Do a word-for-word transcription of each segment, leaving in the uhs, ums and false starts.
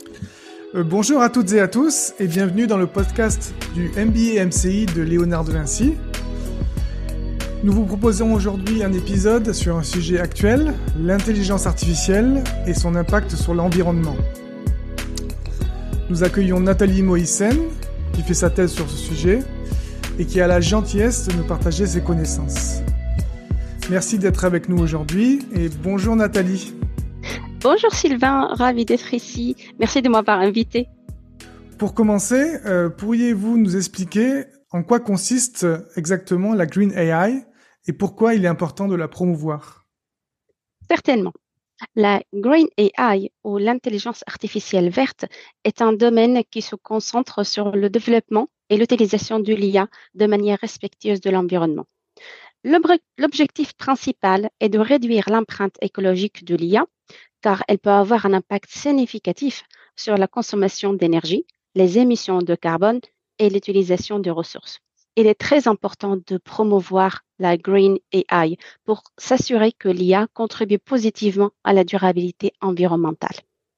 Euh, bonjour à toutes et à tous et bienvenue dans le podcast du M B A M C I de Léonard de Vinci. Nous vous proposons aujourd'hui un épisode sur un sujet actuel, l'intelligence artificielle et son impact sur l'environnement. Nous accueillons Nathalie Moïsen, qui fait sa thèse sur ce sujet et qui a la gentillesse de nous partager ses connaissances. Merci d'être avec nous aujourd'hui et bonjour Nathalie. Bonjour Sylvain, ravi d'être ici. Merci de m'avoir invité. Pour commencer, euh, pourriez-vous nous expliquer en quoi consiste exactement la Green A I et pourquoi il est important de la promouvoir? Certainement. La Green A I ou l'intelligence artificielle verte est un domaine qui se concentre sur le développement et l'utilisation de l'I A de manière respectueuse de l'environnement. L'objectif principal est de réduire l'empreinte écologique de l'I A car elle peut avoir un impact significatif sur la consommation d'énergie, les émissions de carbone et l'utilisation de ressources. Il est très important de promouvoir la Green A I pour s'assurer que l'I A contribue positivement à la durabilité environnementale.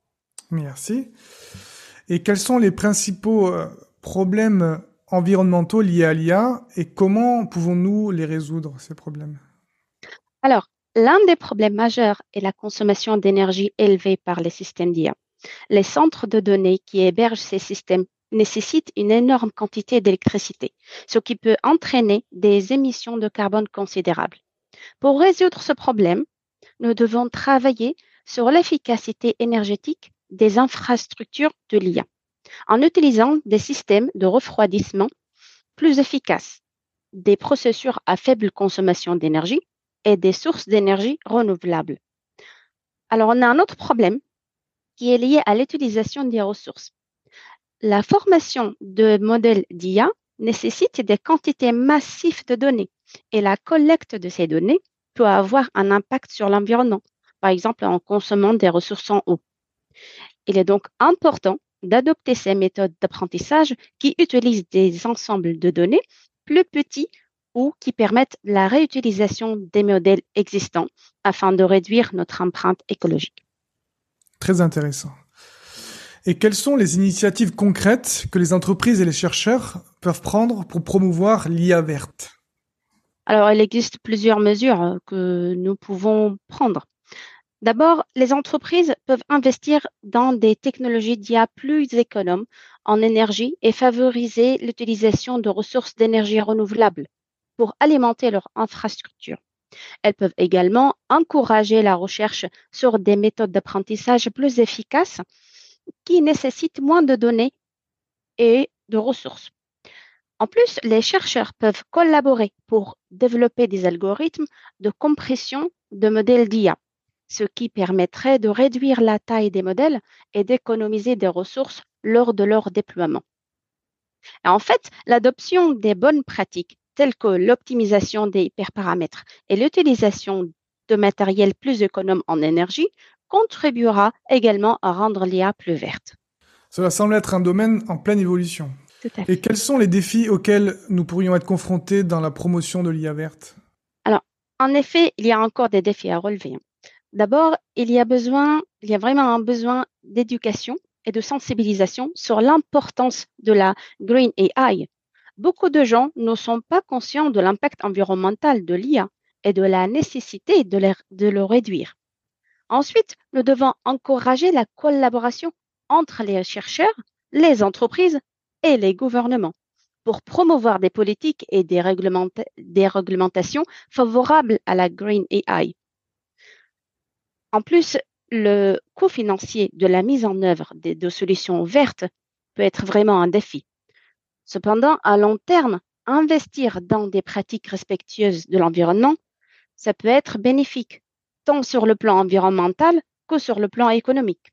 Merci. Et quels sont les principaux euh, problèmes environnementaux liés à l'I A et comment pouvons-nous les résoudre, ces problèmes? Alors, l'un des problèmes majeurs est la consommation d'énergie élevée par les systèmes d'I A. Les centres de données qui hébergent ces systèmes nécessitent une énorme quantité d'électricité, ce qui peut entraîner des émissions de carbone considérables. Pour résoudre ce problème, nous devons travailler sur l'efficacité énergétique des infrastructures de l'I A en utilisant des systèmes de refroidissement plus efficaces, des processeurs à faible consommation d'énergie et des sources d'énergie renouvelables. Alors, on a un autre problème qui est lié à l'utilisation des ressources. La formation de modèles d'I A nécessite des quantités massives de données et la collecte de ces données peut avoir un impact sur l'environnement, par exemple en consommant des ressources en eau. Il est donc important d'adopter ces méthodes d'apprentissage qui utilisent des ensembles de données plus petits ou qui permettent la réutilisation des modèles existants afin de réduire notre empreinte écologique. Très intéressant. Et quelles sont les initiatives concrètes que les entreprises et les chercheurs peuvent prendre pour promouvoir l'I A verte? Alors, il existe plusieurs mesures que nous pouvons prendre. D'abord, les entreprises peuvent investir dans des technologies d'I A plus économes en énergie et favoriser l'utilisation de ressources d'énergie renouvelables pour alimenter leur infrastructure. Elles peuvent également encourager la recherche sur des méthodes d'apprentissage plus efficaces qui nécessitent moins de données et de ressources. En plus, les chercheurs peuvent collaborer pour développer des algorithmes de compression de modèles d'I A, ce qui permettrait de réduire la taille des modèles et d'économiser des ressources lors de leur déploiement. Et en fait, l'adoption des bonnes pratiques telles que l'optimisation des hyperparamètres et l'utilisation de matériel plus économe en énergie contribuera également à rendre l'I A plus verte. Cela semble être un domaine en pleine évolution. Tout à Et fait. quels sont les défis auxquels nous pourrions être confrontés dans la promotion de l'I A verte? Alors, en effet, il y a encore des défis à relever. D'abord, il y a besoin, il y a vraiment un besoin d'éducation et de sensibilisation sur l'importance de la Green A I. Beaucoup de gens ne sont pas conscients de l'impact environnemental de l'I A et de la nécessité de le, de le réduire. Ensuite, nous devons encourager la collaboration entre les chercheurs, les entreprises et les gouvernements pour promouvoir des politiques et des, réglementa- des réglementations favorables à la Green A I. En plus, le coût financier de la mise en œuvre de, de solutions vertes peut être vraiment un défi. Cependant, à long terme, investir dans des pratiques respectueuses de l'environnement, ça peut être bénéfique, tant sur le plan environnemental que sur le plan économique.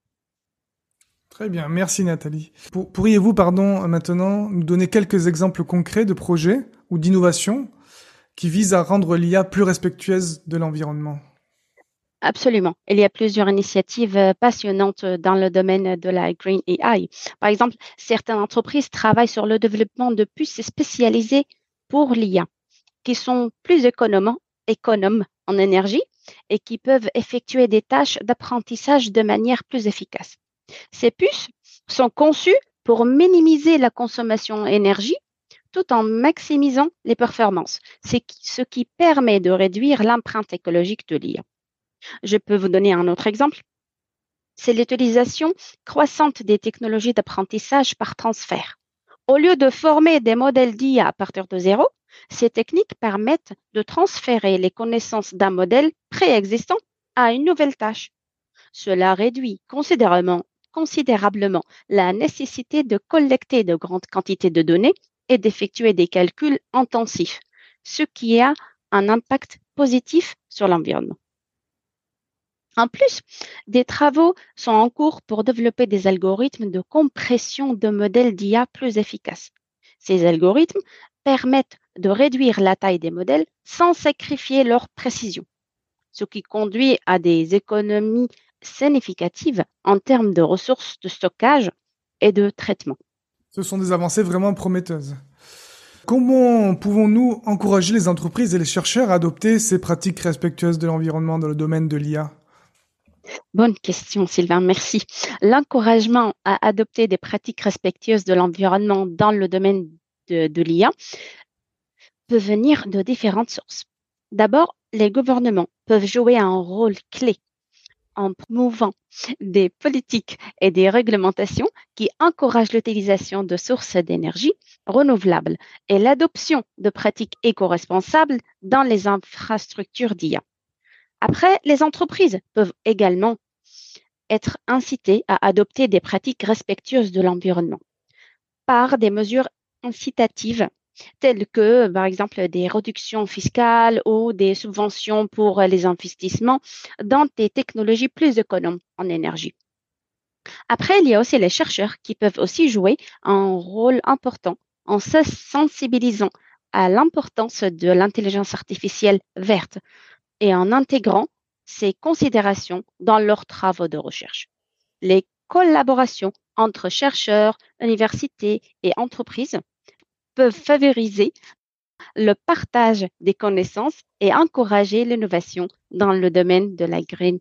Très bien, merci Nathalie. Pour- pourriez-vous, pardon, maintenant nous donner quelques exemples concrets de projets ou d'innovations qui visent à rendre l'I A plus respectueuse de l'environnement? Absolument. Il y a plusieurs initiatives euh, passionnantes euh, dans le domaine de la Green A I. Par exemple, certaines entreprises travaillent sur le développement de puces spécialisées pour l'I A, qui sont plus économes, économes en énergie et qui peuvent effectuer des tâches d'apprentissage de manière plus efficace. Ces puces sont conçues pour minimiser la consommation d'énergie tout en maximisant les performances, c'est qui- ce qui permet de réduire l'empreinte écologique de l'I A. Je peux vous donner un autre exemple. C'est l'utilisation croissante des technologies d'apprentissage par transfert. Au lieu de former des modèles d'I A à partir de zéro, ces techniques permettent de transférer les connaissances d'un modèle préexistant à une nouvelle tâche. Cela réduit considérablement, considérablement la nécessité de collecter de grandes quantités de données et d'effectuer des calculs intensifs, ce qui a un impact positif sur l'environnement. En plus, des travaux sont en cours pour développer des algorithmes de compression de modèles d'I A plus efficaces. Ces algorithmes permettent de réduire la taille des modèles sans sacrifier leur précision, ce qui conduit à des économies significatives en termes de ressources de stockage et de traitement. Ce sont des avancées vraiment prometteuses. Comment pouvons-nous encourager les entreprises et les chercheurs à adopter ces pratiques respectueuses de l'environnement dans le domaine de l'I A? Bonne question, Sylvain, merci. L'encouragement à adopter des pratiques respectueuses de l'environnement dans le domaine de, de l'I A peut venir de différentes sources. D'abord, les gouvernements peuvent jouer un rôle clé en promouvant des politiques et des réglementations qui encouragent l'utilisation de sources d'énergie renouvelables et l'adoption de pratiques éco-responsables dans les infrastructures d'I A. Après, les entreprises peuvent également être incitées à adopter des pratiques respectueuses de l'environnement par des mesures incitatives telles que, par exemple, des réductions fiscales ou des subventions pour les investissements dans des technologies plus économes en énergie. Après, il y a aussi les chercheurs qui peuvent aussi jouer un rôle important en se sensibilisant à l'importance de l'intelligence artificielle verte et en intégrant ces considérations dans leurs travaux de recherche. Les collaborations entre chercheurs, universités et entreprises peuvent favoriser le partage des connaissances et encourager l'innovation dans le domaine de la Green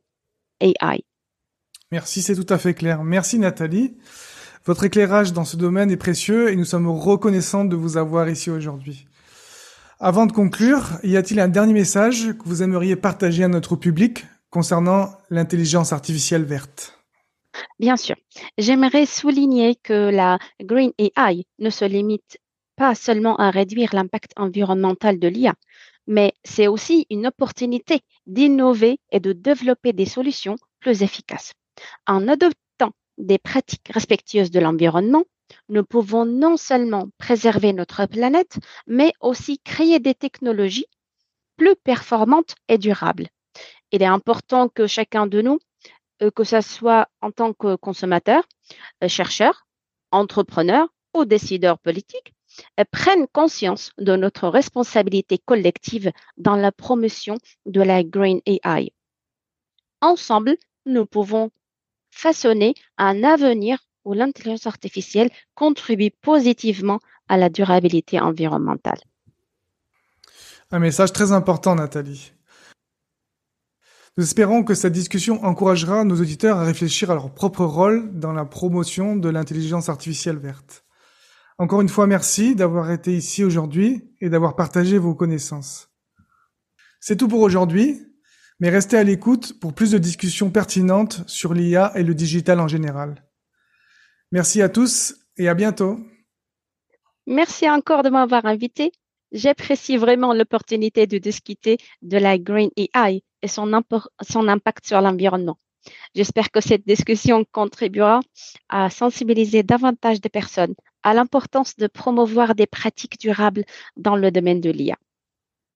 A I. Merci, c'est tout à fait clair. Merci Nathalie. Votre éclairage dans ce domaine est précieux et nous sommes reconnaissants de vous avoir ici aujourd'hui. Avant de conclure, y a-t-il un dernier message que vous aimeriez partager à notre public concernant l'intelligence artificielle verte? Bien sûr, j'aimerais souligner que la Green A I ne se limite pas seulement à réduire l'impact environnemental de l'I A, mais c'est aussi une opportunité d'innover et de développer des solutions plus efficaces. En adoptant des pratiques respectueuses de l'environnement, nous pouvons non seulement préserver notre planète, mais aussi créer des technologies plus performantes et durables. Il est important que chacun de nous, euh, que ce soit en tant que consommateur, euh, chercheur, entrepreneur ou décideur politique, euh, prenne conscience de notre responsabilité collective dans la promotion de la Green A I. Ensemble, nous pouvons façonner un avenir où l'intelligence artificielle contribue positivement à la durabilité environnementale. Un message très important, Nathalie. Nous espérons que cette discussion encouragera nos auditeurs à réfléchir à leur propre rôle dans la promotion de l'intelligence artificielle verte. Encore une fois, merci d'avoir été ici aujourd'hui et d'avoir partagé vos connaissances. C'est tout pour aujourd'hui, mais restez à l'écoute pour plus de discussions pertinentes sur l'I A et le digital en général. Merci à tous et à bientôt. Merci encore de m'avoir invité. J'apprécie vraiment l'opportunité de discuter de la Green A I et son, impor- son impact sur l'environnement. J'espère que cette discussion contribuera à sensibiliser davantage de personnes à l'importance de promouvoir des pratiques durables dans le domaine de l'I A.